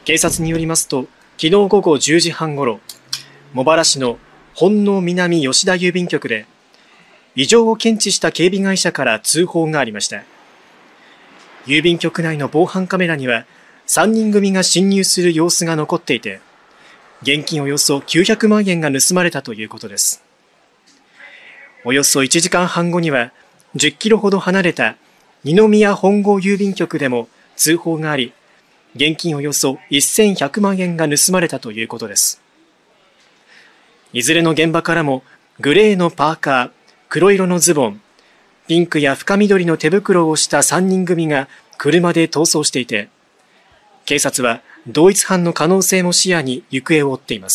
警察によりますと、昨日午後10時半ごろ、茂原市の本納南吉田郵便局で、異常を検知した警備会社から通報がありました。郵便局内の防犯カメラには、3人組が侵入する様子が残っていて、現金およそ900万円が盗まれたということです。およそ1時間半後には、10キロほど離れた二宮本郷郵便局でも通報があり、現金およそ1100万円が盗まれたということです。いずれの現場からもグレーのパーカー、黒色のズボン、ピンクや深緑の手袋をした3人組が車で逃走していて、警察は同一犯の可能性も視野に行方を追っています。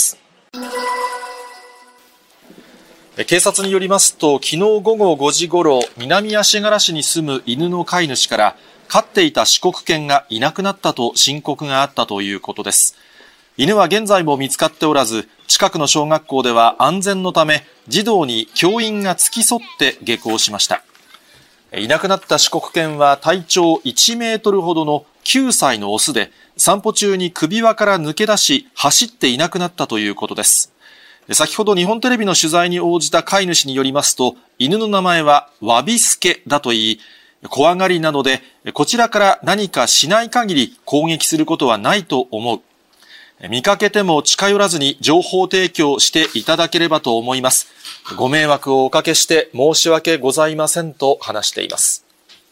警察によりますと、昨日午後5時ごろ、南足柄市に住む犬の飼い主から、飼っていた四国犬がいなくなったと申告があったということです。犬は現在も見つかっておらず、近くの小学校では安全のため、児童に教員が付き添って下校しました。いなくなった四国犬は体長1メートルほどの9歳のオスで、散歩中に首輪から抜け出し、走っていなくなったということです。先ほど日本テレビの取材に応じた飼い主によりますと、犬の名前はわびすけだといい、怖がりなので、こちらから何かしない限り攻撃することはないと思う。見かけても近寄らずに情報提供していただければと思います。ご迷惑をおかけして申し訳ございませんと話しています。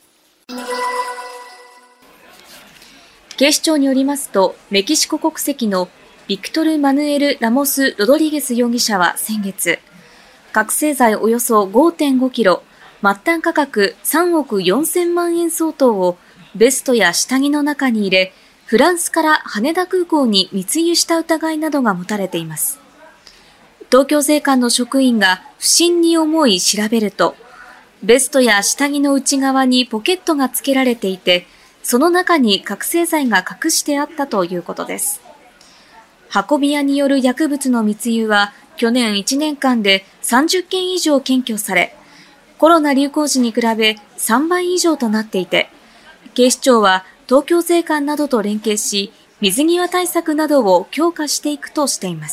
警視庁によりますと、メキシコ国籍のビクトル・マヌエル・ラモス・ロドリゲス容疑者は先月、覚醒剤およそ 5.5 キロ、末端価格3億4000万円相当をベストや下着の中に入れ、フランスから羽田空港に密輸した疑いなどが持たれています。東京税関の職員が不審に思い調べると、ベストや下着の内側にポケットが付けられていて、その中に覚醒剤が隠してあったということです。運び屋による薬物の密輸は去年1年間で30件以上検挙され、コロナ流行時に比べ3倍以上となっていて、警視庁は東京税関などと連携し、水際対策などを強化していくとしています。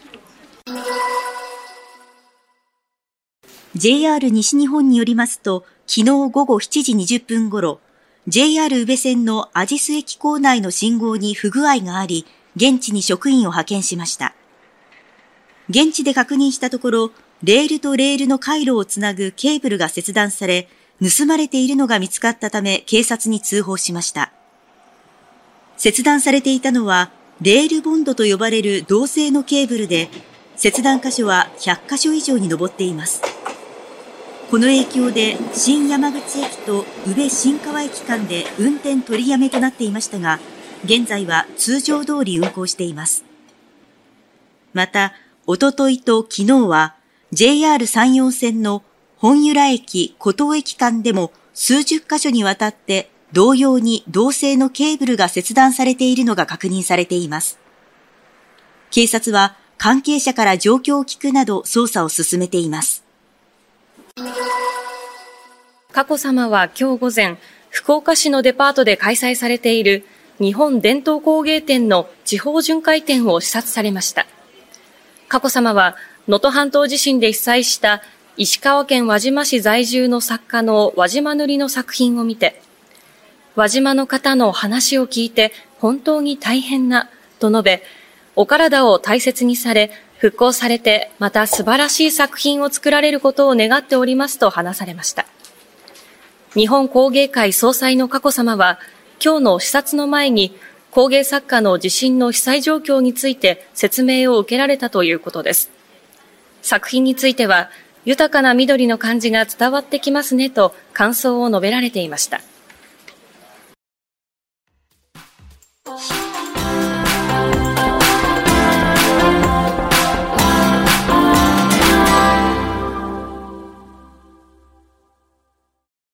JR 西日本によりますと、昨日午後7時20分ごろ、JR 宇部線の阿知須駅構内の信号に不具合があり、現地に職員を派遣しました。現地で確認したところ、レールとレールの回路をつなぐケーブルが切断され、盗まれているのが見つかったため警察に通報しました。切断されていたのは、レールボンドと呼ばれる銅製のケーブルで、切断箇所は100箇所以上に上っています。この影響で新山口駅と宇部新川駅間で運転取りやめとなっていましたが、現在は通常通り運行しています。また、おとといと昨日は JR 山陽線の本由良駅古東駅間でも数十箇所にわたって同様に銅製のケーブルが切断されているのが確認されています。警察は関係者から状況を聞くなど捜査を進めています。 佳子さまは今日午前、福岡市のデパートで開催されている日本伝統工芸展の地方巡回展を視察されました。佳子さまは能登半島地震で被災した石川県輪島市在住の作家の輪島塗の作品を見て、輪島の方の話を聞いて本当に大変なと述べ、お体を大切にされ、復興されてまた素晴らしい作品を作られることを願っておりますと話されました。日本工芸会総裁の佳子さまは、今日の視察の前に工芸作家の地震の被災状況について説明を受けられたということです。作品については、豊かな緑の感じが伝わってきますねと感想を述べられていました。